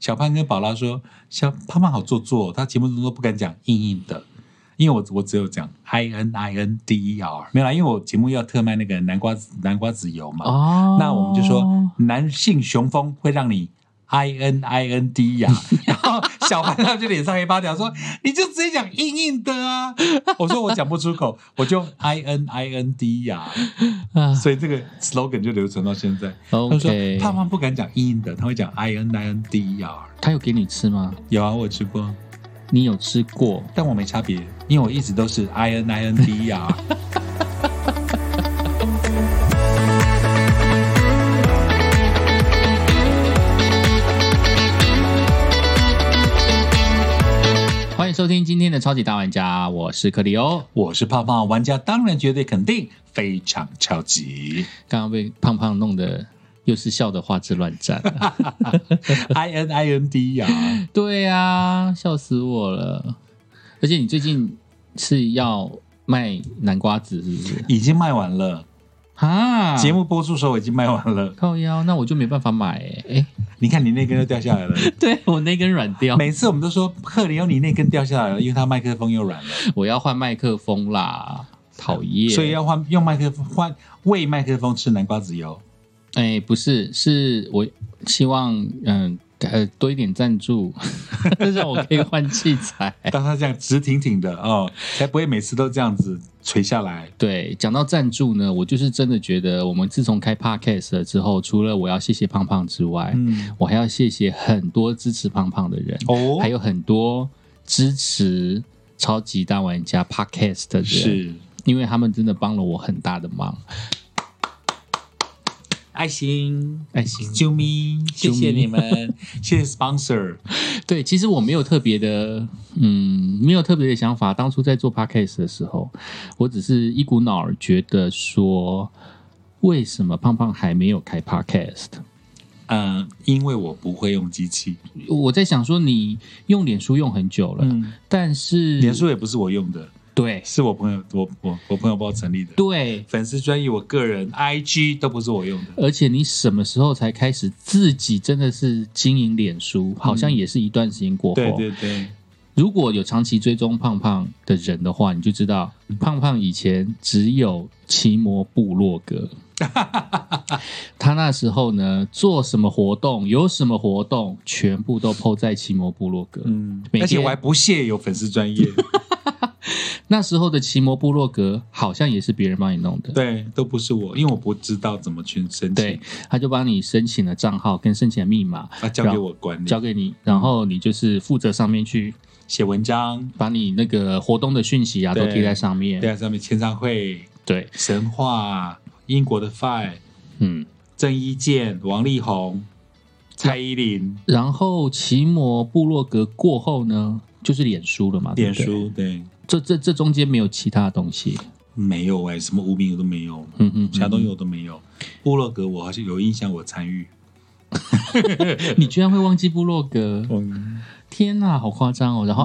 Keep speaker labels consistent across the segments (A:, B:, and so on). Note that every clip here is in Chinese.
A: 小潘跟宝拉说，小胖胖好做作，他节目中都不敢讲硬硬的，因为我只有讲 ININDER， 没有啦，因为我节目要特卖那个南瓜子油嘛，那我们就说男性雄风会让你 ININD 呀，然后小潘他就脸上黑八条说，你就直接讲硬硬的啊，我说我讲不出口，我就 ININD 呀，所以这个 slogan 就流传到现在。他说胖胖不敢讲硬硬的，他会讲 ININD 呀。
B: 他有给你吃吗？
A: 有啊，我有吃过。
B: 你有吃过？
A: 但我没差别，因为我一直都是 ININD 呀。
B: 欢迎收听今天的超级大玩家，我是克里欧，
A: 我是胖胖玩家，当然绝对肯定非常超级。
B: 刚刚被胖胖弄得又是笑得花枝乱颤
A: ININD 呀，
B: 对呀，笑死我了。而且你最近是要卖南瓜子是不是？
A: 已经卖完了啊！节目播出的时候已经卖完了，
B: 靠腰，那我就没办法买欸。
A: 你看你那根就掉下来了，
B: 对，我那根软掉。
A: 每次我们都说克里欧你那根掉下来了，因为他麦克风又软了。
B: 我要换麦克风啦，讨厌！
A: 所以要用麦克风喂麦克风吃南瓜子油。
B: 不是，是我希望多一点赞助，让我可以换器材。
A: 当他这样直挺挺的哦，才不会每次都这样子垂下来。
B: 对，讲到赞助呢，我就是真的觉得，我们自从开 Podcast 了之后，除了我要谢谢胖胖之外，我还要谢谢很多支持胖胖的人，还有很多支持超级大玩家 Podcast 的人，
A: 是
B: 因为他们真的帮了我很大的忙。
A: 爱心，啾咪，谢谢你们，谢谢 sponsor。
B: 对，其实我没有特别的，没有特别的想法。当初在做 podcast 的时候，我只是一股脑儿觉得说，为什么胖胖还没有开 podcast？
A: 因为我不会用机器。
B: 我在想说，你用脸书用很久了，但是
A: 脸书也不是我用的。
B: 对，
A: 是我朋友，我朋友帮我成立的。
B: 对，
A: 粉丝专页，我个人 IG 都不是我用的。
B: 而且你什么时候才开始自己真的是经营脸书？好像也是一段时间过后。
A: 对对对。
B: 如果有长期追踪胖胖的人的话，你就知道胖胖以前只有奇摩部落格。他那时候呢，做什么活动，有什么活动，全部都 po 在奇摩部落格。
A: 而且我还不屑有粉丝专页。
B: 那时候的奇摩部落格好像也是别人帮你弄的，
A: 对，都不是我，因为我不知道怎么去申请。
B: 对，他就帮你申请了账号跟申请了密码，
A: 交给我管理，
B: 交给你，然后你就是负责上面去
A: 写文章，
B: 把你那个活动的讯息啊都贴在上面，
A: 贴在上面，签唱会，
B: 对，
A: 神话，英国的 Fire， 郑伊健、王力宏、蔡依林，
B: 然后奇摩部落格过后呢，就是脸书了嘛，
A: 脸书对。
B: 这中间没有其他的东西，
A: 没有什么无名我都没有，其他东西我都没有。部落格我好像有印象，我参与。
B: 你居然会忘记部落格？天哪，好夸张哦！然后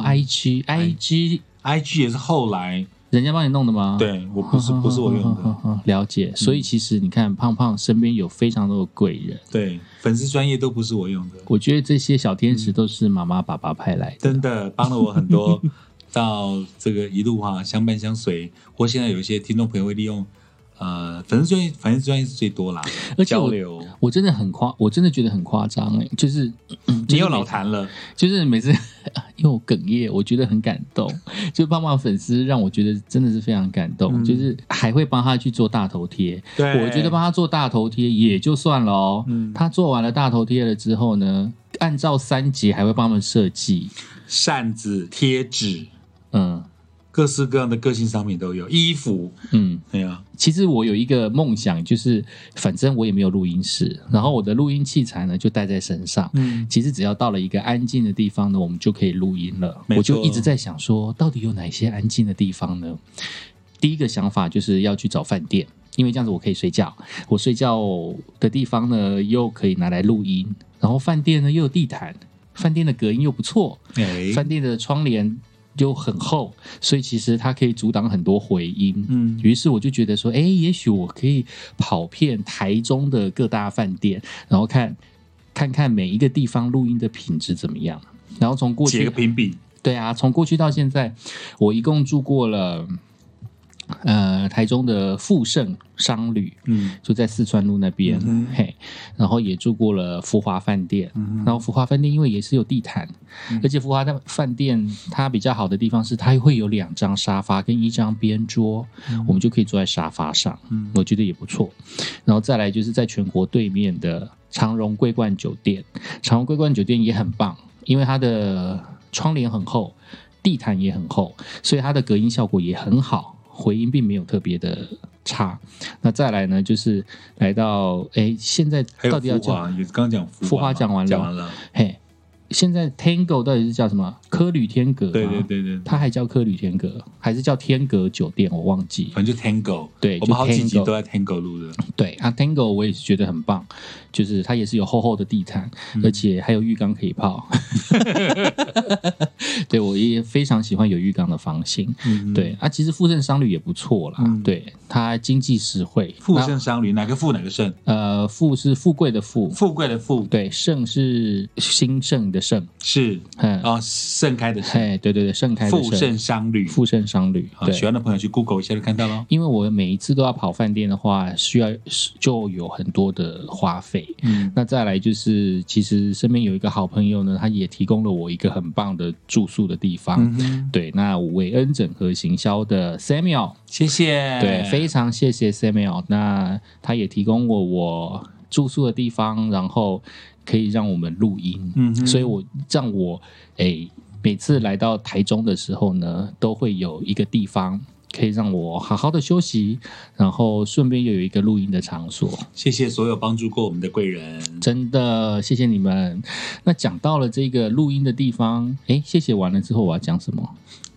B: IG
A: 也是后来
B: 人家帮你弄的吗？
A: 对，我不是我用的。
B: 了解，所以其实你看，胖胖身边有非常多的贵人，
A: 对，粉丝专页都不是我用的。
B: 我觉得这些小天使都是妈妈爸爸派来的，
A: 真的帮了我很多。到这个一路相伴相随，或现在有一些听众朋友会利用粉丝专业是最多啦，
B: 而且
A: 交流
B: 我真的觉得很夸张就是
A: 你又老谈了，
B: 就是每次因为我哽咽，我觉得很感动，就胖胖粉丝让我觉得真的是非常感动，就是还会帮他去做大头贴。
A: 对，
B: 我觉得帮他做大头贴也就算了哦，他做完了大头贴了之后呢，按照3节还会帮他们设计
A: 扇子、贴纸。各式各样的个性商品都有，衣服，对啊。
B: 其实我有一个梦想，就是反正我也没有录音室，然后我的录音器材呢就带在身上。其实只要到了一个安静的地方呢，我们就可以录音了。我就一直在想说，到底有哪些安静的地方呢？第一个想法就是要去找饭店，因为这样子我可以睡觉。我睡觉的地方呢，又可以拿来录音，然后饭店呢又有地毯，饭店的隔音又不错，饭店的窗帘就很厚，所以其实它可以阻挡很多回音。于是我就觉得说，也许我可以跑遍台中的各大饭店，然后看看看每一个地方录音的品质怎么样，然后从过去
A: 写个评比。
B: 对啊，从过去到现在，我一共住过了台中的富盛商旅，就在四川路那边，嘿，然后也住过了福华饭店，然后福华饭店因为也是有地毯，而且福华的饭店它比较好的地方是它会有2张沙发跟1张边桌，我们就可以坐在沙发上，我觉得也不错。然后再来就是在全国对面的长荣桂冠酒店，长荣桂冠酒店也很棒，因为它的窗帘很厚，地毯也很厚，所以它的隔音效果也很好，回音并没有特别的差。那再来呢，就是来到现在到底要讲
A: 也刚讲
B: 富华讲完了，嘿，现在 Tango 到底是叫什么？科旅天阁？
A: 对，
B: 它还叫科旅天阁，还是叫天阁酒店？我忘记，
A: 反正就 Tango。
B: 对，
A: 我们好几集都在 Tango 录的。
B: 对啊 ，Tango 我也是觉得很棒，就是它也是有厚厚的地毯，而且还有浴缸可以泡。对，我也非常喜欢有浴缸的房型。对啊，其实富盛商旅也不错啦。对，它经济实惠。
A: 富盛商旅哪个富哪个盛？
B: 富是富贵的富，
A: 富贵的富。
B: 对，盛是兴盛的盛，
A: 是盛开的盛。
B: 对，盛开的盛。
A: 富盛商旅，
B: 富盛商旅。对，
A: 喜欢的朋友去 Google 一下就看到了。
B: 因为我每一次都要跑饭店的话，需要就有很多的花费。那再来就是，其实身边有一个好朋友呢，他也提供了我一个很棒的住宿的地方。对，那韦恩整合行销的 Samuel，
A: 谢谢。
B: 对，非常谢谢 Samuel。那他也提供我住宿的地方，然后可以让我们录音。所以让我每次来到台中的时候呢，都会有一个地方可以让我好好的休息，然后顺便又有一个录音的场所。
A: 谢谢所有帮助过我们的贵人，
B: 真的谢谢你们。那讲到了这个录音的地方，谢谢完了之后我要讲什么？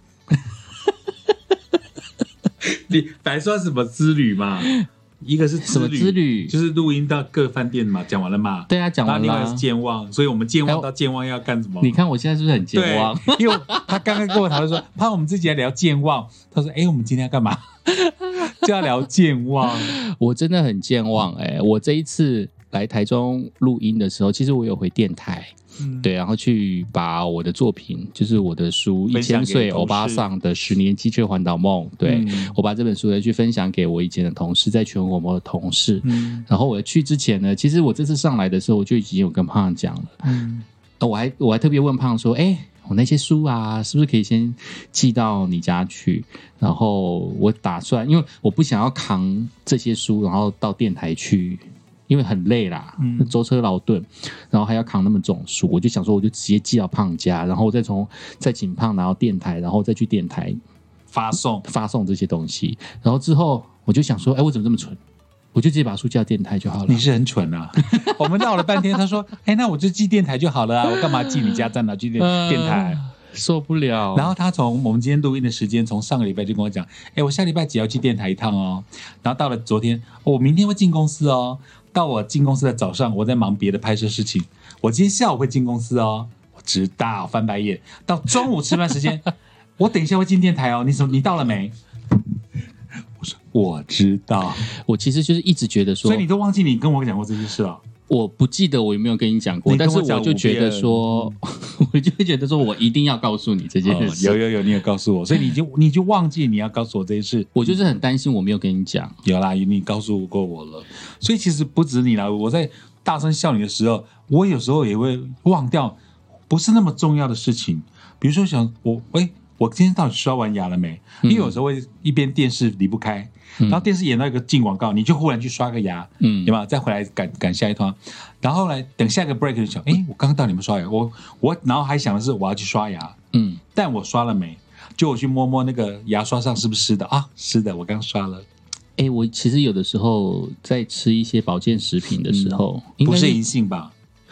A: 你本来说什么之旅嘛？一个是
B: 什么之旅？
A: 就是录音到各饭店嘛，讲完了嘛？
B: 对啊，讲完了。
A: 另外是健忘，所以我们健忘到健忘要干什么？
B: 你看我现在是不是很健忘？
A: 因为他刚刚跟我讨论说，怕我们自己来聊健忘。他说：“我们今天要干嘛？就要聊健忘。”
B: 我真的很健忘我这一次来台中录音的时候，其实我有回电台。对，然后去把我的作品，就是我的书《1000岁欧巴桑的10年机车环岛梦》，对，我把这本书去分享给我以前的同事，在全国的同事。然后我去之前呢，其实我这次上来的时候，我就已经有跟胖讲了。我还特别问胖说，我那些书啊，是不是可以先寄到你家去？然后我打算，因为我不想要扛这些书，然后到电台去。因为很累啦，舟车劳顿，然后还要扛那么重书，我就想说，我就直接寄到胖家，然后再请胖拿到电台，然后再去电台发送这些东西。然后之后我就想说，我怎么这么蠢？我就直接把书寄到电台就好了。
A: 你是很蠢啊！我们闹了半天，他说，那我就寄电台就好了啊，我干嘛寄你家站哪去电台？
B: 受不了。
A: 然后他从我们今天录音的时间，从上个礼拜就跟我讲，我下礼拜几要去电台一趟哦。然后到了昨天，我明天会进公司哦。到我进公司的早上，我在忙别的拍摄事情。我今天下午会进公司哦，我知道，翻白眼。到中午吃饭时间，我等一下会进电台哦。你到了没？我说我知道。
B: 我其实就是一直觉得说，
A: 所以你都忘记你跟我讲过这件事了。
B: 我不记得我有没有跟你讲过，但是我就觉得说，我就会觉得说我一定要告诉你这件事。
A: 有，你有告诉我，所以你就忘记你要告诉我这件事。
B: 我就是很担心我没有跟你讲。
A: 有啦，你告诉过我了。所以其实不止你啦，我在大声笑你的时候，我有时候也会忘掉不是那么重要的事情。比如说想我今天到底刷完牙了没？因为有时候会一边电视离不开，然后电视演到一个进广告，你就忽然去刷个牙，有没有？再回来赶下一趟，然后来等下一个 break 就想，我刚刚到底有没有刷牙？我然后还想的是我要去刷牙，但我刷了没？就我去摸摸那个牙刷上是不是湿的啊？湿的，我刚刷了。
B: 我其实有的时候在吃一些保健食品的时候，
A: 不是银杏吧？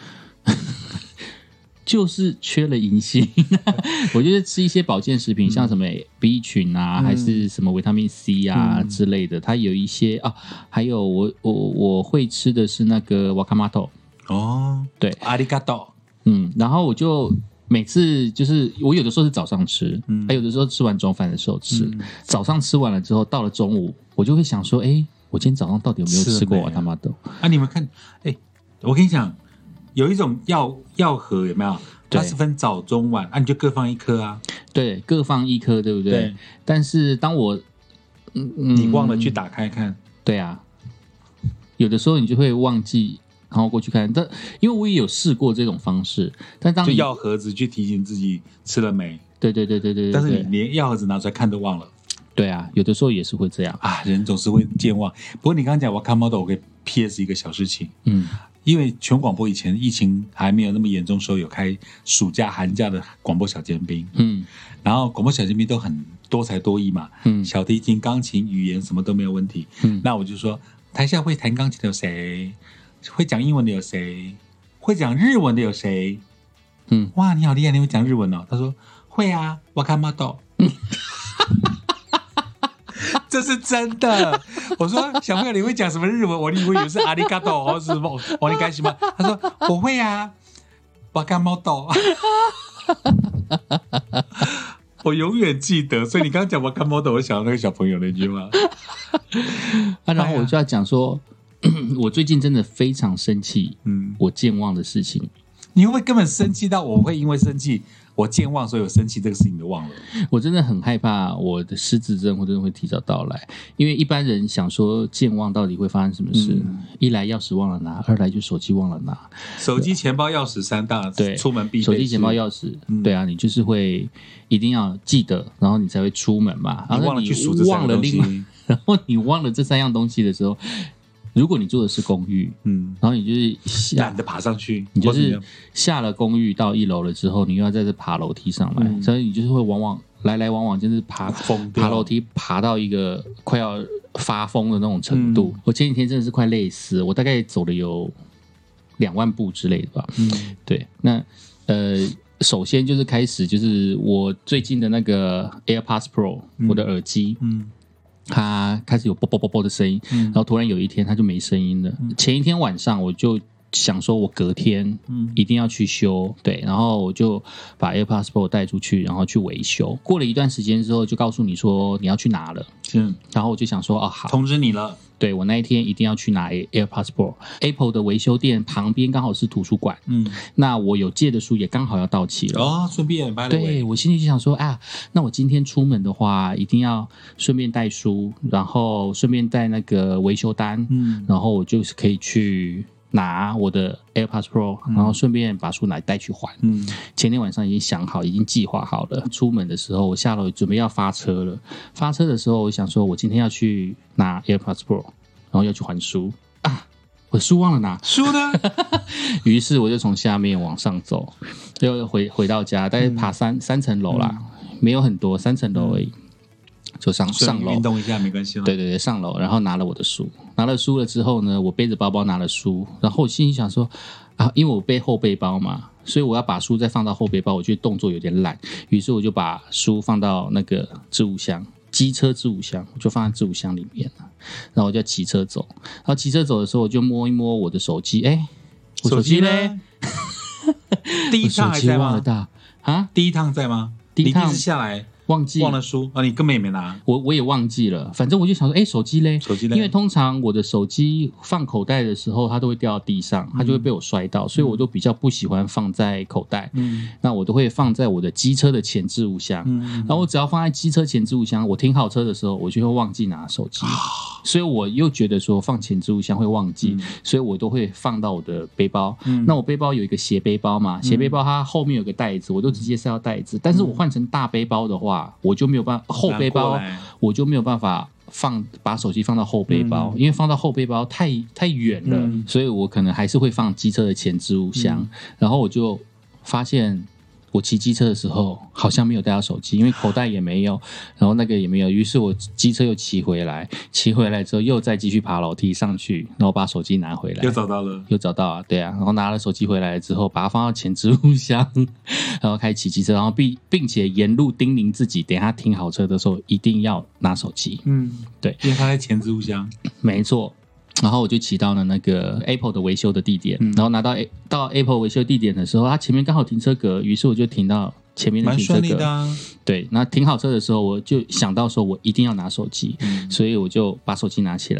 B: 就是缺了银杏。我觉得吃一些保健食品，像什么 B 群啊，还是什么维他命 C 啊之类的，它有一些还有我会吃的是那个瓦卡玛豆对，
A: 阿里嘎多，
B: 然后我就每次就是我有的时候是早上吃，还有的时候吃完中饭的时候吃。早上吃完了之后，到了中午，我就会想说，我今天早上到底有没有吃过瓦卡玛豆？
A: 你们看，我跟你讲。 有一种药盒有没有？它是分早中晚啊，你就各放一颗啊。
B: 对，各放一颗，对不对？
A: 对。
B: 但是当我
A: 你忘了去打开看，
B: 对啊，有的时候你就会忘记，然后过去看。但因为我也有试过这种方式，但当你
A: 就药盒子去提醒自己吃了没？
B: 对。
A: 但是你连药盒子拿出来看都忘了。
B: 对啊，有的时候也是会这样
A: 啊，人总是会健忘。不过你刚刚讲我看 model， 我可以 PS 一个小事情，因为全广播以前疫情还没有那么严重的时候，有开暑假寒假的广播小尖兵，然后广播小尖兵都很多才多艺嘛，小提琴、钢琴、语言什么都没有问题，那我就说台下会弹钢琴的有谁？会讲英文的有谁？会讲日文的有谁？哇，你好厉害，你会讲日文哦？他说会啊，我看 model。这是真的。我说小朋友，你会讲什么日文？我以为是阿里嘎多或是什么我你开心吗？他说我会啊，我看 model。我永远记得，所以你刚刚讲我看 model， 我想到那个小朋友那句话。
B: 然后我就要讲说，我最近真的非常生气，我健忘的事情。
A: 你会不会根本生气到我会因为生气我健忘，所以我生气这个事情就忘了？
B: 我真的很害怕我的失智症或者会提早到来，因为一般人想说健忘到底会发生什么事？一来钥匙忘了拿，二来就手机忘了拿。
A: 手机、钱包、钥匙三大出门必备。
B: 手机、钱包、钥匙，对啊，你就是会一定要记得，然后你才会出门嘛。
A: 你忘了去数这三个东西，
B: 然后你忘了这三样东西的时候。如果你住的是公寓，然后你就是
A: 懒得爬上去，
B: 你就是下了公寓到1楼了之后，你又要在这爬楼梯上来，所以你就是会来来往往，就是爬楼梯，爬到一个快要发疯的那种程度。我前几天真的是快累死，我大概走了有2万步之类的吧。对，那首先就是开始就是我最近的那个 AirPods Pro，我的耳机，它开始有啵啵啵啵的声音，然后突然有一天它就没声音了。前一天晚上我就想说我隔天一定要去修，对，然后我就把 AirPods Pro 带出去，然后去维修。过了一段时间之后，就告诉你说你要去拿了，然后我就想说好，
A: 通知你了。
B: 对，我那一天一定要去拿 AirPods Pro。Apple 的维修店旁边刚好是图书馆，那我有借的书也刚好要到期了
A: 顺便
B: 对，我心里就想说那我今天出门的话，一定要顺便带书，然后顺便带那个维修单，然后我就是可以去拿我的 AirPods Pro，然后顺便把书带去还。前天晚上已经想好，已经计划好了。出门的时候，我下楼准备要发车了。发车的时候，我想说，我今天要去拿 AirPods Pro， 然后要去还书我书忘了拿，
A: 书呢？
B: 于是我就从下面往上走，又回到家，大概爬三层楼啦，没有很多，3层楼而已。就上楼
A: 运动一下没关系。
B: 对，上楼，然后拿了我的书，拿了书了之后呢，我背着包包拿了书，然后我心里想说因为我背后背包嘛，所以我要把书再放到后背包，我觉得动作有点懒，于是我就把书放到那个置物箱，机车置物箱，我就放在置物箱里面了。然后我就骑车走，然后骑车走的时候，我就摸一摸我的手机，我手机呢？
A: 第一趟还在吗？第一趟在吗？
B: 第一趟
A: 是下来。
B: 忘了
A: 书你根本也没拿。
B: 我也忘记了，反正我就想说手机嘞，因为通常我的手机放口袋的时候它都会掉到地上，它就会被我摔到，所以我都比较不喜欢放在口袋，那我都会放在我的机车的前置物箱，然后我只要放在机车前置物箱，我停好车的时候我就会忘记拿手机，所以我又觉得说放前置物箱会忘记，所以我都会放到我的背包，那我背包有一个斜背包嘛，斜背包它后面有个袋子，我都直接塞到袋子，但是我换成大背包的话我就没有办法，后背包我就没有办法把手机放到后背包，因为放到后背包太远了，所以我可能还是会放机车的前置物箱，然后我就发现我骑机车的时候好像没有带到手机，因为口袋也没有，然后那个也没有，于是我机车又骑回来之后又再继续爬楼梯上去，然后把手机拿回来，
A: 又找到了，
B: 又找到啊，对啊，然后拿了手机回来之后把它放到前置物箱，然后开始骑机车，然后并且沿路叮咛自己等一下停好车的时候一定要拿手机，对，
A: 因为它在前置物箱，
B: 没错。然后我就骑到了那个 Apple 的维修的地点，然后到 Apple 维修地点的时候，它前面刚好停车格，于是我就停到前面的停车格，蛮顺利的对，那停好车的时候，我就想到说我一定要拿手机，所以我就把手机拿起来，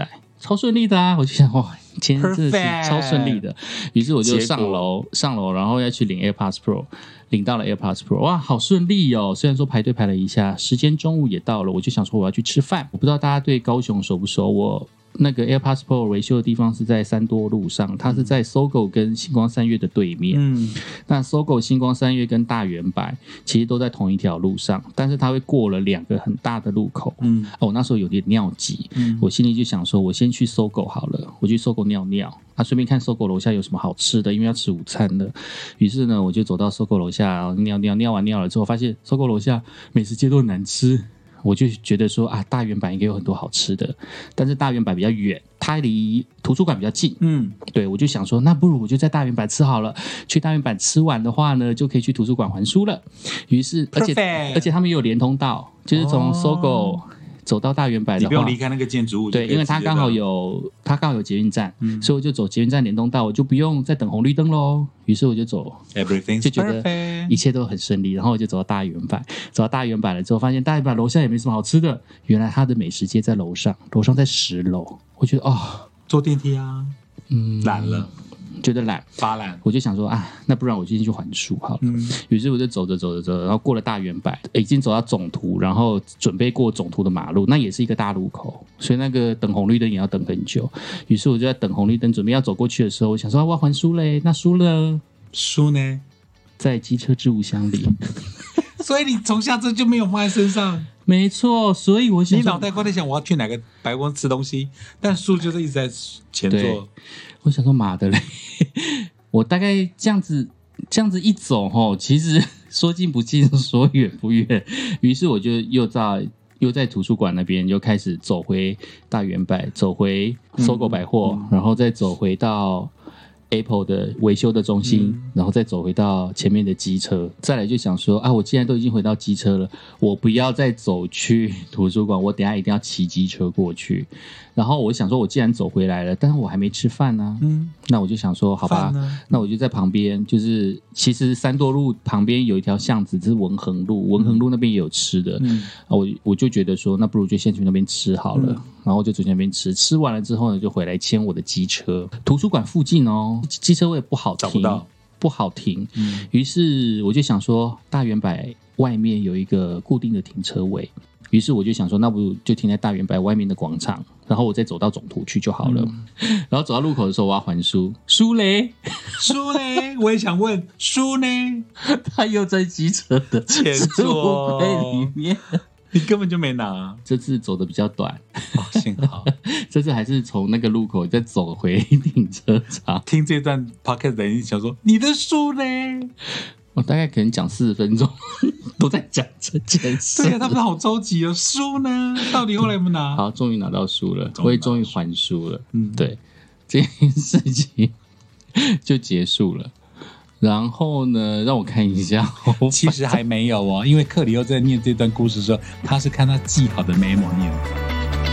B: 超顺利的啊！我就想哇，今天真的是超顺利的。于是我就上楼，然后要去领 AirPods Pro， 领到了 AirPods Pro， 哇，好顺利哦！虽然说排队排了一下，时间中午也到了，我就想说我要去吃饭。我不知道大家对高雄熟不熟，我那个 AirPods Pro 维修的地方是在三多路上，它是在 SOGO 跟星光三月的对面。那 SOGO、星光三月跟大圆柏其实都在同一条路上，但是它会过了2个很大的路口。我那时候有点尿急，我心里就想说，我先去 SOGO 好了，我去 SOGO 尿尿，顺便看 SOGO 楼下有什么好吃的，因为要吃午餐了。于是呢，我就走到 SOGO 楼下尿完尿了之后，发现 SOGO 楼下美食街都很难吃。我就觉得说啊，大圆柏应该有很多好吃的，但是大圆柏比较远，它离图书馆比较近。对，我就想说，那不如我就在大圆柏吃好了。去大圆柏吃完的话呢，就可以去图书馆还书了。于是，而且他们也有连通道，就是从 SOGO走到大圆柏的话，
A: 你不用离开那个建筑物。
B: 对，因为它刚好有捷运站，所以我就走捷运站联动道，我就不用再等红绿灯喽。于是我就走
A: ，Everything's
B: 就觉得一切都很顺利。然后我就走到大圆柏，走到大圆柏了之后，发现大圆柏楼下也没什么好吃的，原来它的美食街在楼上，楼上在10楼。我觉得
A: 坐电梯啊，懒了。
B: 觉得
A: 发懒，
B: 我就想说啊，那不然我今天去还书好了。于是我就走着，然后过了大圆柏，已经走到总图，然后准备过总图的马路，那也是一个大路口，所以那个等红绿灯也要等很久。于是我就在等红绿灯，准备要走过去的时候，我想说我要还书嘞，那书呢？
A: 书呢？
B: 在机车置物箱里。
A: 所以你从下车就没有放在身上？
B: 没错，所以我想
A: 你脑袋瓜在想我要去哪个百货吃东西，但书就是一直在前座。
B: 我想说妈的嘞，我大概这样子一走其实说近不近，说远不远。于是我就又在图书馆那边又开始走回大圆柏，走回SOGO百货，然后再走回到Apple 的维修的中心，然后再走回到前面的机车，再来就想说啊，我既然都已经回到机车了，我不要再走去图书馆，我等一下一定要骑机车过去。然后我想说，我既然走回来了，但是我还没吃饭呢，那我就想说，好吧，那我就在旁边，就是其实三多路旁边有一条巷子，这是文衡路，文衡路那边也有吃的，我就觉得说，那不如就先去那边吃好了，然后就走去那边吃，吃完了之后呢，就回来牵我的机车。图书馆附近机车位不好停，不好停，于是我就想说，大圆柏外面有一个固定的停车位。于是我就想说，那不就停在大圆柏外面的广场，然后我再走到总图去就好了。然后走到路口的时候，我要还书，书嘞，
A: 我也想问书呢？
B: 他又在机车的
A: 前座
B: 里面，
A: 你根本就没拿。
B: 这次走的比较短，
A: 幸好
B: 这次还是从那个路口再走回停车场。
A: 听这段 podcast 的人想说，你的书呢？
B: 我大概可能讲40分钟都在讲这件事。
A: 对啊，他们好着急哦。书呢？到底后来有没有拿？
B: 好，终于拿到书了，我也终于还书了。对，这件事情就结束了。然后呢，让我看一下，
A: 其实还没有哦，因为克里欧在念这段故事的时候，他是看他记好的 memo 念的。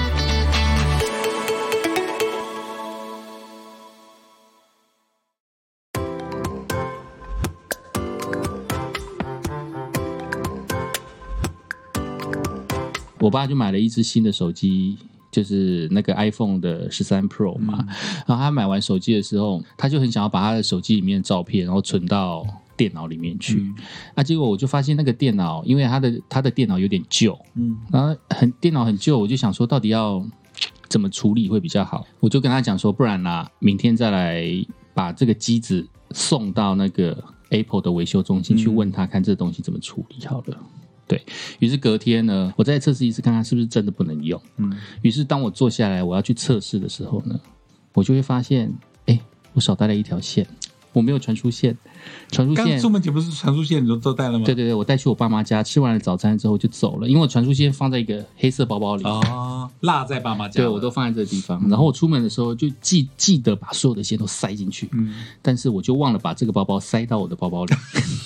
B: 我爸就买了一只新的手机，就是那个 iPhone 的13 Pro 嘛。然后他买完手机的时候，他就很想要把他的手机里面的照片，然后存到电脑里面去。结果我就发现那个电脑，因为他的电脑有点旧，然后电脑很旧，我就想说到底要怎么处理会比较好。我就跟他讲说，不然明天再来把这个机子送到那个 Apple 的维修中心去问他看这东西怎么处理好了。对，于是隔天呢，我再测试一次看看是不是真的不能用。于是当我坐下来我要去测试的时候呢，我就会发现我少带了一条线，我没有传输线。
A: 刚出门前不是传输线你都带了吗？
B: 对对对，我带去我爸妈家，吃完了早餐之后就走了，因为我传输线放在一个黑色包包里，
A: 落在爸妈家。
B: 对，我都放在这个地方。然后我出门的时候就记得把所有的线都塞进去，但是我就忘了把这个包包塞到我的包包里。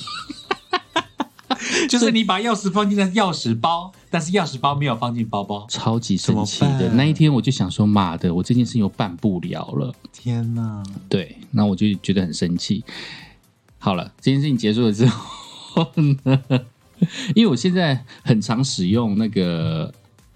A: 就是你把钥匙放进了钥匙包，但是钥匙包没有放进包包，
B: 超级生气的。那一天我就想说，妈的，我这件事情又办不了了。
A: 天哪！对，
B: 那我就觉得很生气。好了，这件事情结束了之后呢，因为我现在很常使用那个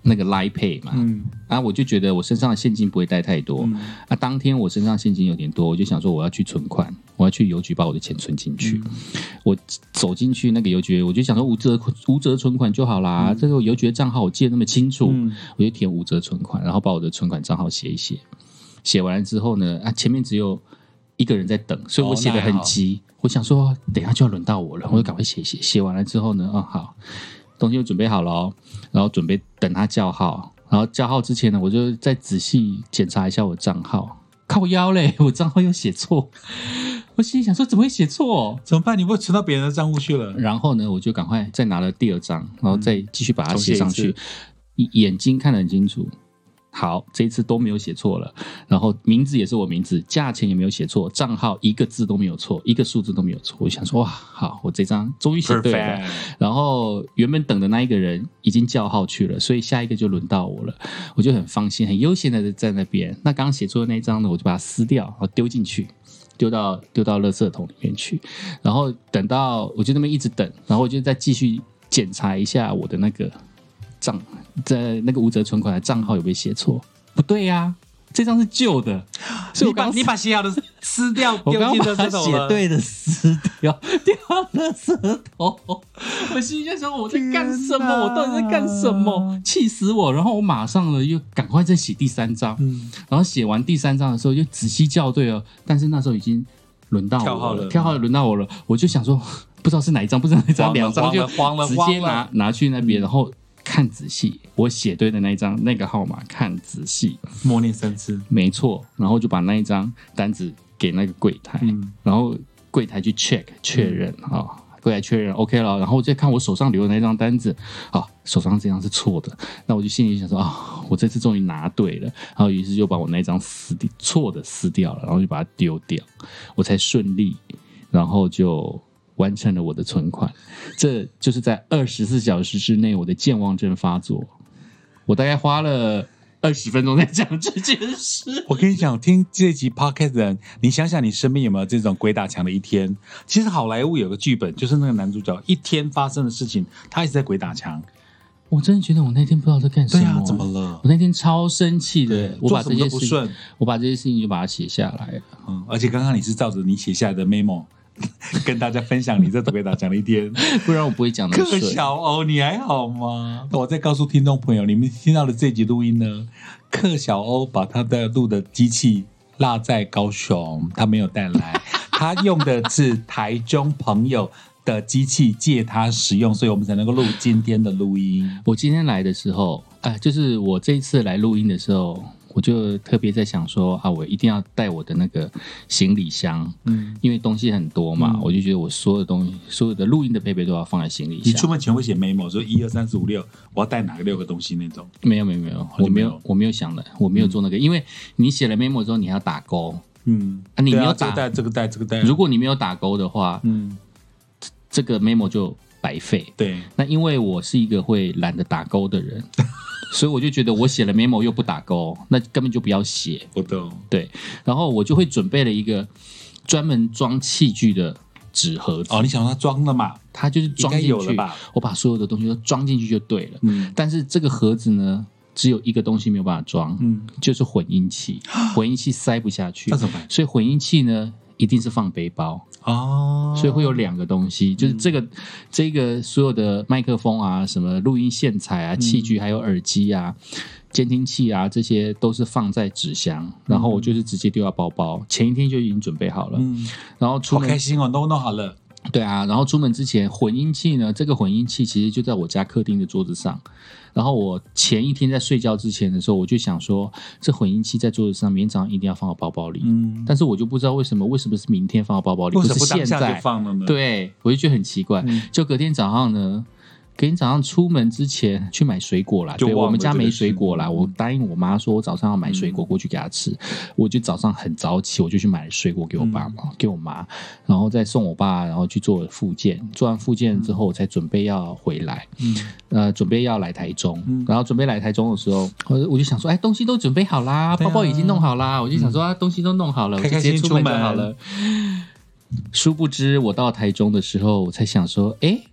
B: 那个 Line Pay 嘛，我就觉得我身上的现金不会带太多，当天我身上现金有点多，我就想说我要去存款，我要去邮局把我的钱存进去。我走进去那个邮局，我就想说无折存款就好啦，这个邮局的账号我记得那么清楚，我就填无折存款，然后把我的存款账号写一写。写完了之后呢，前面只有一个人在等，所以我写得很急。我想说等一下就要轮到我了，我就赶快写一写。写完了之后呢，好，东西就准备好了然后准备等他叫号。然后叫号之前呢，我就再仔细检查一下我账号。靠腰嘞，我账号又写错。我心里想说怎么会写错？
A: 怎么办？你不会存到别人的账户去了？
B: 然后呢，我就赶快再拿了第二张，然后再继续把它写上去。眼睛看得很清楚。好，这一次都没有写错了，然后名字也是我名字，价钱也没有写错，账号一个字都没有错，一个数字都没有错。我想说哇，好，我这张终于写对了。Perfect. 然后原本等的那一个人已经叫号去了，所以下一个就轮到我了。我就很放心很悠闲的在那边。那刚刚写错的那一张呢，我就把它撕掉，然后丢进去，丢到垃圾桶里面去。然后等到我就那么一直等，然后我就再继续检查一下我的那个在那个无折存款的账号有没有写错？不对呀，这张是旧的，所以
A: 你把写好的撕掉，丢进垃圾桶了。
B: 写对的撕掉，丢垃圾桶。我心里在想我在干什么？我到底在干什么？气死我！然后我马上呢又赶快再写第三张，然后写完第三张的时候就仔细校对了，但是那时候已经轮到我了，跳号轮到我了，我就想说不知道是哪一张，不知道哪一张，两张就直接拿去那边，然后。看仔细，我写对的那一张那个号码，看仔细，
A: 默念3次，
B: 没错。然后就把那一张单子给那个柜台，然后柜台去确认柜台确认 OK 了，然后我再看我手上留的那张单子，手上这张是错的，那我就心里想说我这次终于拿对了，然后于是就把我那张错的撕掉了，然后就把它丢掉，我才顺利，然后就。完成了我的存款，这就是在24小时之内我的健忘症发作。我大概花了20分钟在讲这件事。
A: 我跟你讲，听这集 podcast 的人，你想想你身边有没有这种鬼打墙的一天？其实好莱坞有个剧本，就是那个男主角一天发生的事情，他一直在鬼打墙。
B: 我真的觉得我那天不知道在干什么。
A: 对啊，怎么了？
B: 我那天超生气的，我把这些
A: 事情，
B: 我把这些事情就把它写下来了。
A: 而且刚刚你是照着你写下来的 memo。跟大家分享你这鬼打墙的一天，
B: 不然我不会讲那么顺。
A: 克小欧，你还好吗？我再告诉听众朋友，你们听到的这集录音呢，克小欧把他的录的机器落在高雄，他没有带来，他用的是台中朋友的机器借他使用，所以我们才能够录今天的录音。
B: 我今天来的时候，就是我这一次来录音的时候。我就特别在想说我一定要带我的那个行李箱，因为东西很多嘛，我就觉得我所有的东西，所有的录音的配备都要放在行李箱。
A: 你出门前会写 memo 说1、2、3、4、5、6，我要带哪个6个东西那种？
B: 没有，我没有想的，我没有做那个，因为你写了 memo 之后，你还要打勾，你没有打
A: 这个带，
B: 如果你没有打勾的话，这个 memo 就白费。
A: 对，
B: 那因为我是一个会懒得打勾的人。所以我就觉得我写了 memo 又不打勾，那根本就不要写。
A: 我懂。
B: 对，然后我就会准备了一个专门装器具的纸盒子。
A: 你想让它装了嘛？
B: 它就是装进去，
A: 有了吧？
B: 我把所有的东西都装进去就对了。但是这个盒子呢，只有一个东西没有办法装，就是混音器。混音器塞不下去，
A: 那怎么办？
B: 所以混音器呢，一定是放背包。所以会有2个东西，就是这个所有的麦克风啊，什么录音线材啊、器具，还有耳机啊、监听器啊，这些都是放在纸箱，然后我就是直接丢到包包，前一天就已经准备好了。然后出门
A: 好开心哦，都弄好了。
B: 对啊，然后出门之前，混音器呢，这个混音器其实就在我家客厅的桌子上。然后我前一天在睡觉之前的时候，我就想说，这混音器在桌子上，明天早上一定要放到包包里。但是我就不知道为什么是明天放到包包里，
A: 不是
B: 现在
A: 就放了呢？
B: 对，我就觉得很奇怪。就隔天早上出门之前去买水果啦，对，我们家没水果啦，我答应我妈说我早上要买水果过去给她吃，我就早上很早起，我就去买了水果给我爸妈，给我妈，然后再送我爸，然后去做复健，做完复健之后，我才准备要回来，准备要来台中，然后准备来台中的时候，我就想说，东西都准备好啦，包包已经弄好啦，我就想说东西都弄好了，我就直接出门就好了。殊不知我到台中的时候，我才想说，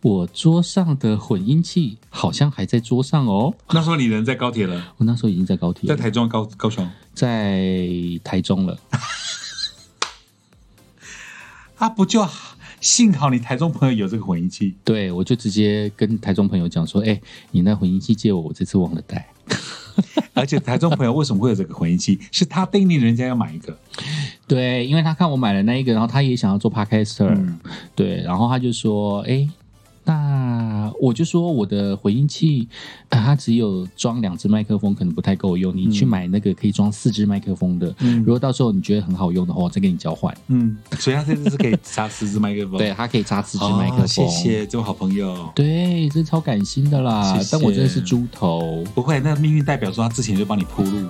B: 我桌上的混音器好像还在桌上哦。
A: 那时候你人在高铁了？
B: 我那时候已经在高铁了，
A: 在台中高雄，
B: 在台中了。
A: 不就幸好你台中朋友有这个混音器？
B: 对，我就直接跟台中朋友讲说，你那混音器借我，我这次忘了带。
A: 而且台中朋友为什么会有这个混音器？是他叮咛人家要买一个。
B: 对，因为他看我买了那一个，然后他也想要做 podcaster，对，然后他就说，那我就说我的回音器，它只有装2只麦克风，可能不太够用。你去买那个可以装4只麦克风的，如果到时候你觉得很好用的话，我再跟你交换。
A: 所以它这次是可以插4只麦克风。
B: 对，它可以插4只麦克风。
A: 谢谢这位好朋友。
B: 对，这超感心的啦。
A: 谢谢，
B: 但我真的是猪头。
A: 不会，那命运代表说他之前就帮你铺路。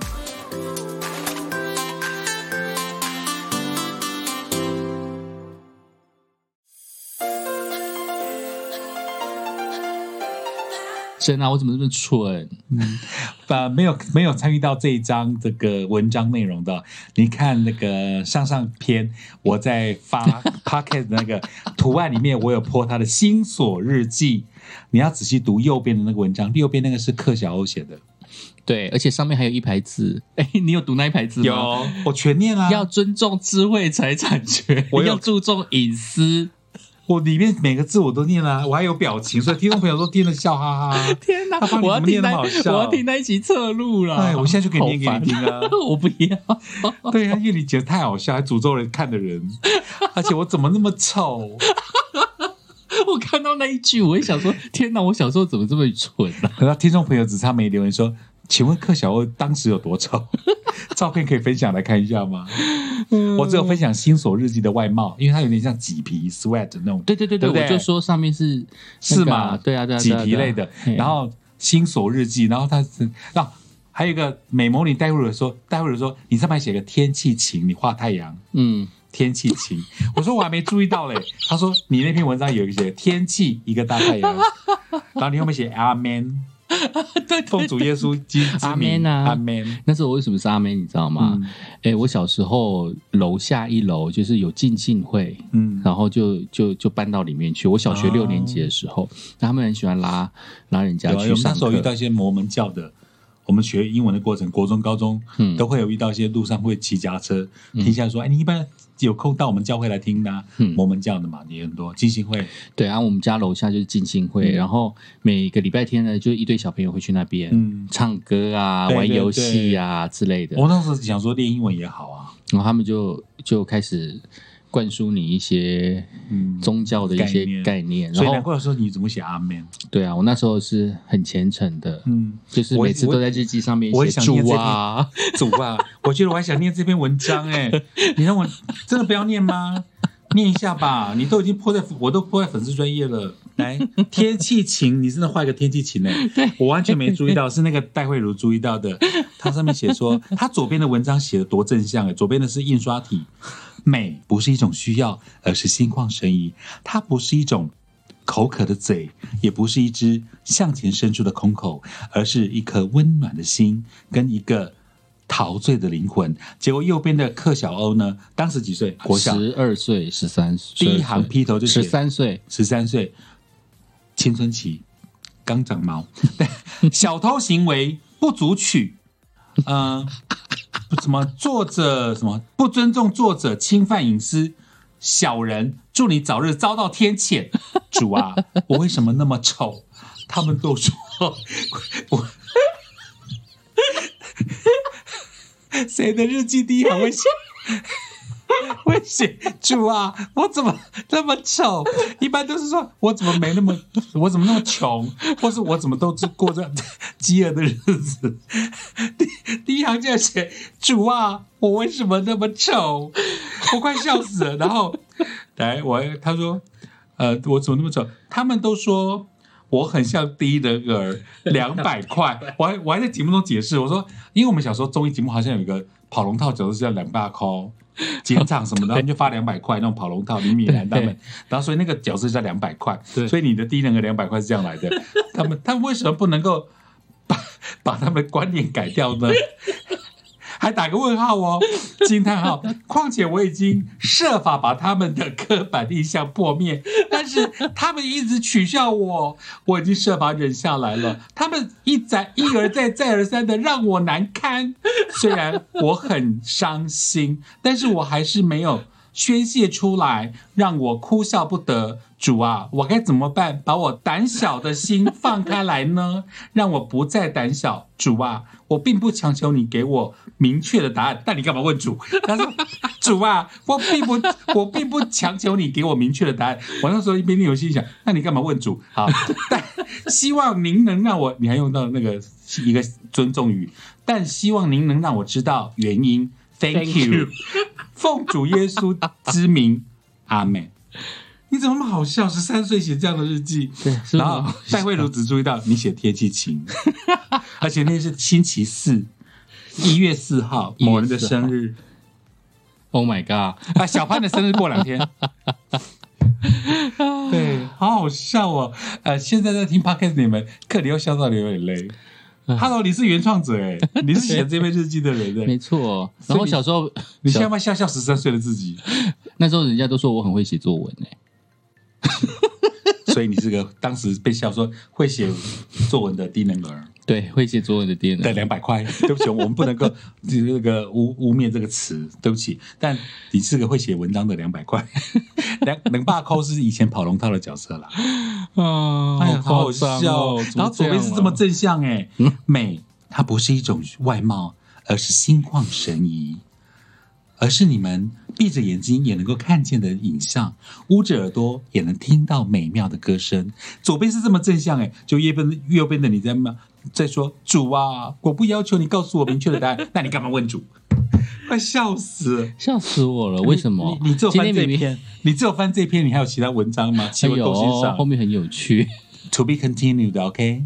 B: 真啊，我怎么这么蠢？
A: 没有参与到这一章这个文章内容的，你看那个上篇我在发 podcast 那个图案里面，我有 po 他的星锁日记，你要仔细读右边的那个文章，右边那个是克小欧写的。
B: 对，而且上面还有一排字。你有读那一排字吗？
A: 有，我全念啦。
B: 要尊重智慧财产权，我要注重隐私。
A: 我里面每个字我都念了，我还有表情，所以听众朋友都听了笑哈哈。
B: 天哪！我要听那一集侧录了。
A: 我现在就可以念给你听啊！
B: 我不要。
A: 对啊，因为你觉得太好笑，还诅咒人看的人，而且我怎么那么丑？
B: 我看到那一句，我也想说，天哪！我小时候怎么这么蠢啊？
A: 可是听众朋友只差没留言说，请问克小欧当时有多丑？照片可以分享来看一下吗？我只有分享星锁日记的外貌，因为它有点像麂皮 sweat 那种。
B: 对，我就说上面是
A: 嘛？
B: 对啊，
A: 麂皮类的。然后星锁日记，然后它是还有一个美魔女待会儿说你上面写个天气晴，你画太阳，天气晴。我说我还没注意到嘞。他说你那篇文章有一个写天气一个大太阳，然后你后面写阿 man。
B: 对，
A: 奉主耶稣基督之名，阿 man。
B: 那时候我为什么是阿 man， 你知道吗？我小时候楼下1楼就是有浸信会，然后就搬到里面去。我小学6年级的时候，他们很喜欢拉人家去上课。
A: 那时候遇到一些摩门教的，我们学英文的过程，国中、高中都会有遇到一些路上会骑脚踏车，停下来说：“你一般有空到我们教会来听的摩门教的嘛，也很多浸信会。”
B: 对啊，我们家楼下就是浸信会，然后每个礼拜天呢，就一堆小朋友会去那边唱歌啊、玩游戏啊之类的。
A: 我那时候想说练英文也好啊，
B: 然后他们就开始灌输你一些宗教的一些概念，
A: 所以难怪说你怎么写阿们？
B: 对啊，我那时候是很虔诚的，就是每次都在日记上面写主啊，
A: 我觉得我还想念这篇文章你让我真的不要念吗？念一下吧，你都已经我都泼在粉丝专页了。来，天气晴，你真的画一个天气晴我完全没注意到，是那个戴慧茹注意到的。他上面写说，他左边的文章写的多正向左边的是印刷体。美不是一种需要，而是心旷神怡。它不是一种口渴的嘴，也不是一只向前伸出的空口，而是一颗温暖的心跟一个陶醉的灵魂。结果右边的克小欧呢，当时几岁？国小
B: 12岁、13岁。
A: 第一行劈头就写
B: 13岁，
A: 青春期刚长毛。小偷行为不足取，什么作者什么不尊重作者，侵犯隐私，小人，祝你早日遭到天谴。主啊，我为什么那么丑？他们都说我谁的日记第一行会写主啊，我怎么那么丑？一般都是说我怎么那么穷，或是我怎么都是过着饥饿的日子。第一行就写主啊，我为什么那么丑？我快笑死了。然后他说我怎么那么丑？他们都说我很像第一人儿，200块。我还在节目中解释，我说因为我们小时候综艺节目好像有一个跑龙套角色叫200块。剪场什么的，他们就发200块那种跑龙套，李米兰他们，然后所以那个角色叫200块，所以你的第一人格200块是这样来的。他们为什么不能够把他们的观念改掉呢？ 还打个问号哦，惊叹号！况且我已经设法把他们的刻板印象破灭，但是他们一直取笑我，我已经设法忍下来了。他们一而再再而三的让我难堪，虽然我很伤心，但是我还是没有宣泄出来，让我哭笑不得。主啊，我该怎么办？把我胆小的心放开来呢？让我不再胆小。主啊，我并不强求你给我明确的答案，但你干嘛问主？他说：“主啊，我并不强求你给我明确的答案。”我那时候一边念游戏想，那你干嘛问主？好，但希望您能让我，你还用到那个一个尊重语，但希望您能让我知道原因。Thank you， 奉主耶稣之名，阿们。你怎么那么好笑？13岁写这样的日记，
B: 对，
A: 然后戴慧茹只注意到你写天气晴，而且那是星期4，1月4号，某人的生日。
B: Oh my god！
A: 小潘的生日过2天。对，好好笑哦。现在在听 podcast 你们，克里又笑到流眼泪。Hello， 你是原创者哎，你是写这篇日记的人哎，
B: 没错。然后小时候，
A: 你现在要笑13岁的自己。
B: 那时候人家都说我很会写作文哎。
A: 所以你是个当时被笑说会写作文的低能儿，
B: 对，会写作文的低能儿
A: 的200块。对不起，我们不能够这个污蔑这个词，对不起。但你是个会写文章的200块，两把扣是以前跑龙套的角色啦。哎呀，好好笑哦。然后左边是这么正向哎，美它不是一种外貌，而是心旷神怡。而是你们闭着眼睛也能够看见的影像，捂着耳朵也能听到美妙的歌声。左边是这么正向哎，就右边的你在说主啊，我不要求你告诉我明确的答案，那你干嘛问主？快笑死了，
B: 笑死我了！为什么？
A: 你只有翻这篇？你只有翻这篇？你还有其他文章吗？奇闻勾心上，
B: 后面很有趣。
A: To be continued, OK?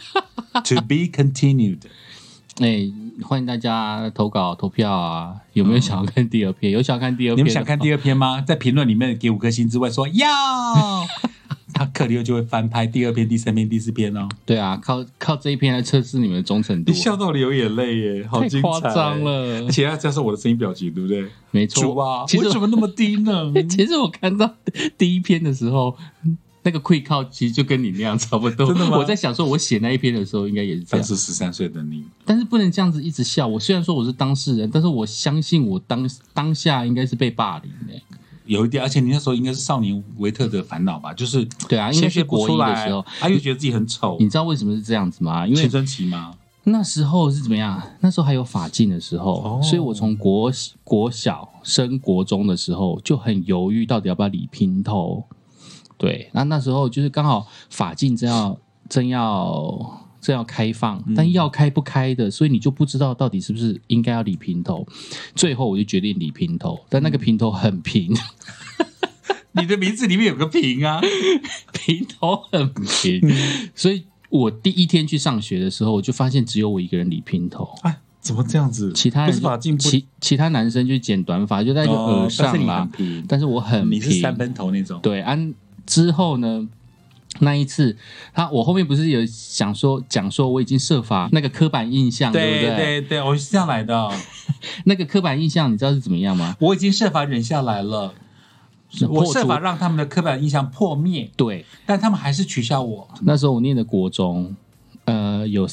A: To be continued.
B: 欢迎大家投稿投票啊！有没有想要看第2篇？有想要看第2篇？
A: 你们想看第2篇吗？在评论里面给5颗星之外说要，他克里欧就会翻拍第2篇、第3篇、第4篇哦。
B: 对啊，靠这一篇来测试你们的忠诚度。
A: 你笑到流眼泪耶，好精彩，
B: 太夸张了！
A: 而且要加上我的声音表情，对不对？
B: 没错。
A: 主啊，为什么那么低呢？
B: 其实我看到第1篇的时候。那个quick靠其实就跟你那样差不多。
A: 真的吗？
B: 我在想说，我写那一篇的时候应该也是这样。
A: 当时13岁的你，
B: 但是不能这样子一直笑。我虽然说我是当事人，但是我相信我当下应该是被霸凌的。
A: 有一点，而且你那时候应该是少年维特的烦恼吧？就是
B: 对啊，应该是国一的时候，
A: 他又觉得自己很丑。
B: 你知道为什么是这样子吗？因为
A: 青春期吗？
B: 那时候是怎么样？那时候还有发禁的时候，所以我从国小升国中的时候就很犹豫，到底要不要理平头。对，那时候就是刚好发禁正要开放，但要开不开的，所以你就不知道到底是不是应该要理平头。最后我就决定理平头，但那个平头很平。
A: 你的名字里面有个平啊，
B: 平头很平，所以我第1天去上学的时候，我就发现只有我一个人理平头。
A: 哎，怎么这样子？
B: 其他人其他男生就剪短发，就在耳上啦。但是我很平，
A: 你是3分头那种。
B: 对，之后呢，那一次我后面不是有讲说我已经设法那个刻板印象，对不对？
A: 对，我是这样来的。
B: 那个刻板印象你知道是怎么样吗？
A: 我已经设法忍下来了，我设法让他们的刻板印象破灭。
B: 对，
A: 但他们还是取笑我。
B: 那时候我念的国中，有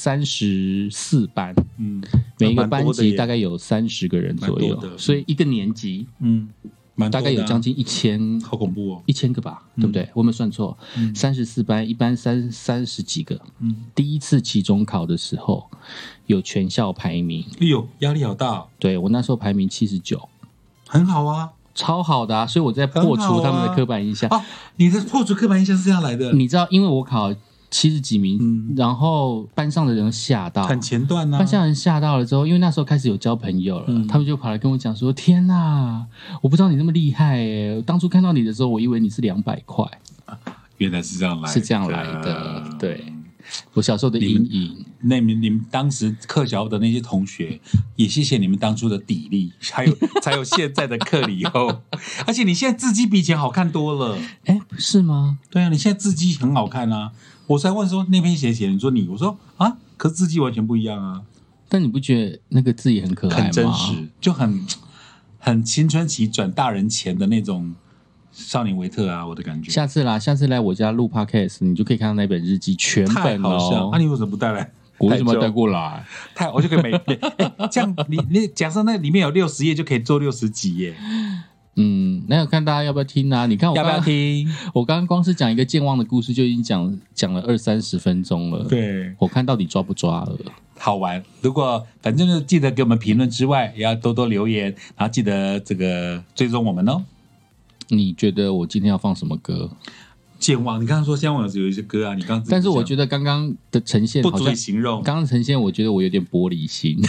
B: 34班，每一个班级大概有30个人左右，所以一个年级，大概有将近1000，
A: 好恐怖哦
B: ，1000个吧，对不对？我有没有算错？34班，一班30几个。第一次期中考的时候，有全校排名。
A: 哎呦，压力好大。
B: 对，我那时候排名79，
A: 很好啊，
B: 超好的啊！所以我在破除他们的刻板印象。
A: 你的破除刻板印象是这样来的？
B: 你知道，因为我考70几名，然后班上的人吓到，
A: 很前段啊。
B: 班上人吓到了之后，因为那时候开始有交朋友了，他们就跑来跟我讲说：“天哪，我不知道你那么厉害耶！当初看到你的时候，我以为你是200块。”
A: 原来是这样来的，
B: 是这样来的。对，我小时候的阴影。
A: 你们当时课小的那些同学，也谢谢你们当初的砥砺，才有现在的克里欧。而且你现在字迹比以前好看多了。
B: 哎，不是吗？
A: 对啊，你现在字迹很好看啊。我才问说那篇写，你说我说啊，可是字迹完全不一样啊。
B: 但你不觉得那个字也很可爱吗？
A: 很真实，就很青春期转大人前的那种少年维特啊，我的感觉。
B: 下次来我家录 podcast， 你就可以看到那本日记全本
A: 太好笑，你为什么不带来？
B: 我为什么要带过来？
A: 我就可以这样你假设那里面有60页，就可以做60集耶。
B: 那要看大家要不要听啊？你看我
A: 要不要听？
B: 我刚刚光是讲一个健忘的故事，就已经讲了20-30分钟了。
A: 对，
B: 我看到底抓不抓了。
A: 好玩。如果反正就记得给我们评论之外，也要多多留言，然后记得这个追踪我们哦。
B: 你觉得我今天要放什么歌？
A: 健忘，你刚刚说健忘有一些歌啊，你刚
B: 但是我觉得刚刚的呈现
A: 不足以形容。
B: 刚刚呈现，我觉得我有点玻璃心。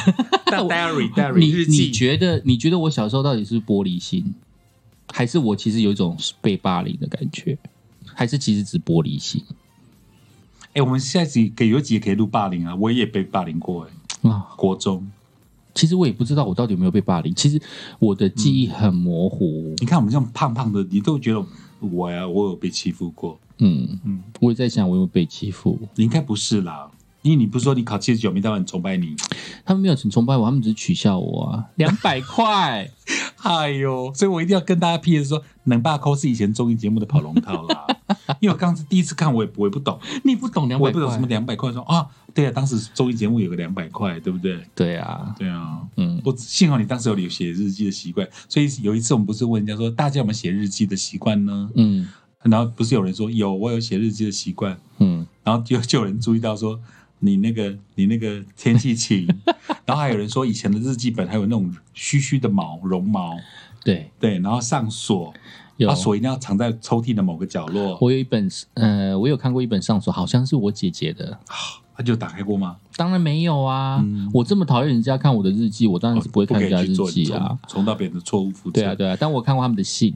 A: diary 日记，
B: 你觉得我小时候到底是玻璃心？还是我其实有一种被霸凌的感觉，还是其实只玻璃心？
A: 我们下集有几集可以录霸凌啊？我也被霸凌过国中。
B: 其实我也不知道我到底有没有被霸凌，其实我的记忆很模糊。
A: 你看我们这样胖胖的，你都觉得我有被欺负过。
B: 我也在想我有没有被欺负。
A: 你应该不是啦，因为你不是说你考79名，他们很崇拜你。
B: 他们没有很崇拜我，他们只是取笑我啊。200块。
A: 哎呦，所以我一定要跟大家批的说，冷霸扣是以前综艺节目的跑龙套啦。因为我刚第一次看，我也不懂。
B: 你不懂200块，
A: 我也不懂什么200块。说啊，对啊，当时综艺节目有个200块，对不对？
B: 对啊，
A: 对啊。幸好你当时有写日记的习惯，所以有一次我们不是问人家说，大家有没有写日记的习惯呢？然后不是有人说有，我有写日记的习惯。然后就有人注意到说。你那个天气晴，然后还有人说以前的日记本还有那种虚虚的绒毛，对，然后上锁，锁一定要藏在抽屉的某个角落。
B: 我有一本，我有看过一本上锁，好像是我姐姐的。
A: 他就打开过吗？
B: 当然没有啊！我这么讨厌人家看我的日记，我当然是不会看人家日记啊，
A: 重蹈别人的错误覆辙。
B: 对啊，但我看过他们的信。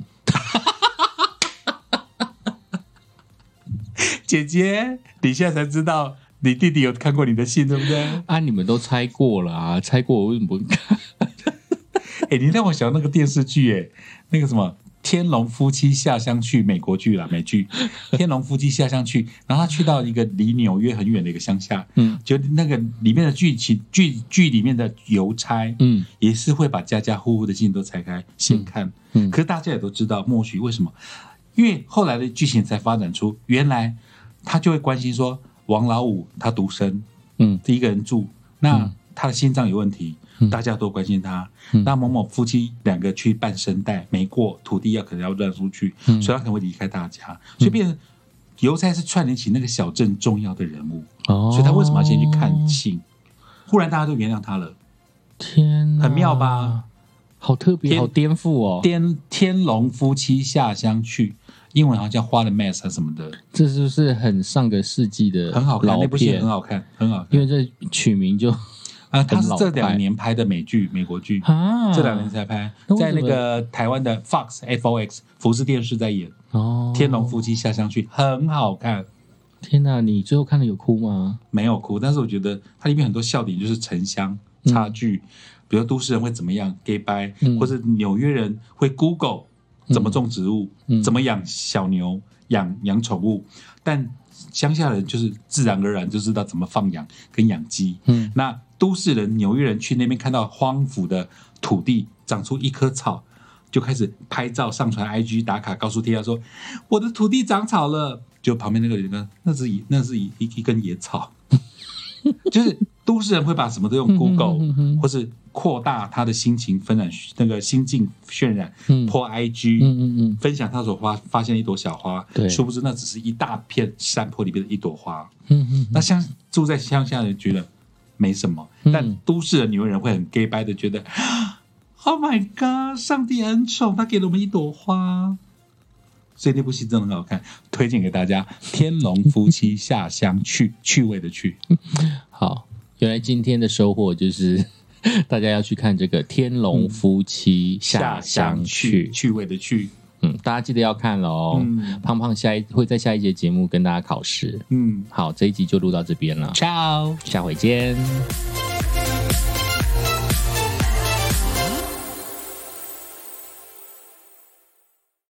A: 姐姐，你现在才知道。你弟弟有看过你的信，对不对？
B: 啊，你们都猜过了啊，猜过我为什么不看？
A: 你让我想到那个电视剧，那个什么《天龙夫妻下乡去》，美国剧啦，美剧《天龙夫妻下乡去》，然后他去到一个离纽约很远的一个乡下，就那个里面的剧里面的邮差，也是会把家家户户的信都拆开先看，可是大家也都知道默许为什么？因为后来的剧情才发展出，原来他就会关心说。王老五他独生，一个人住，那他的心脏有问题，大家都关心他。那某某夫妻2个去办生代没过，土地可能要让出去，所以他可能会离开大家，所以变成邮差是串联起那个小镇重要的人物，所以他为什么要先去看信？忽然大家都原谅他了，
B: 天哪，
A: 很妙吧？
B: 好特别，好颠覆哦！
A: 天龙夫妻下乡去。英文好像叫《花的 Mess》什么的，
B: 这是不是很上个世纪的
A: 很好看？那部戏很好看，
B: 因为这取名就
A: 它是这2年拍的美国剧啊，这2年才拍，在那个台湾的 FOX 福斯电视在演天龙夫妻下乡去，很好看。
B: 天哪，你最后看了有哭吗？
A: 没有哭，但是我觉得它里面很多笑点就是城乡差距，比如都市人会怎么样 gay 掰，或者纽约人会 Google。怎么种植物，怎么养小牛，养宠物，但乡下人就是自然而然就知道怎么放养跟养鸡。那都市人纽约人去那边看到荒芜的土地长出一棵草，就开始拍照上传 IG 打卡，告诉天下说我的土地长草了。就旁边那个人呢，那是一根野草。就是都市人会把什么都用 Google 或是扩大他的心情分享，那个心境渲染破 IG 分享他所发现一朵小花，殊不知那只是一大片山坡里面的一朵花。那像住在乡下的人觉得没什么，但都市的纽约人会很 gay 掰的觉得Oh my God， 上帝恩宠，他给了我们一朵花。所以那部戏真的很好看，推荐给大家。天龙夫妻下乡去，趣味的趣。
B: 好，原来今天的收获就是大家要去看这个天龙夫妻下乡去，
A: 趣味的趣。
B: 大家记得要看咯。胖胖会在下一节节目跟大家考试。好，这一集就录到这边了，
A: ciao，
B: 下回见。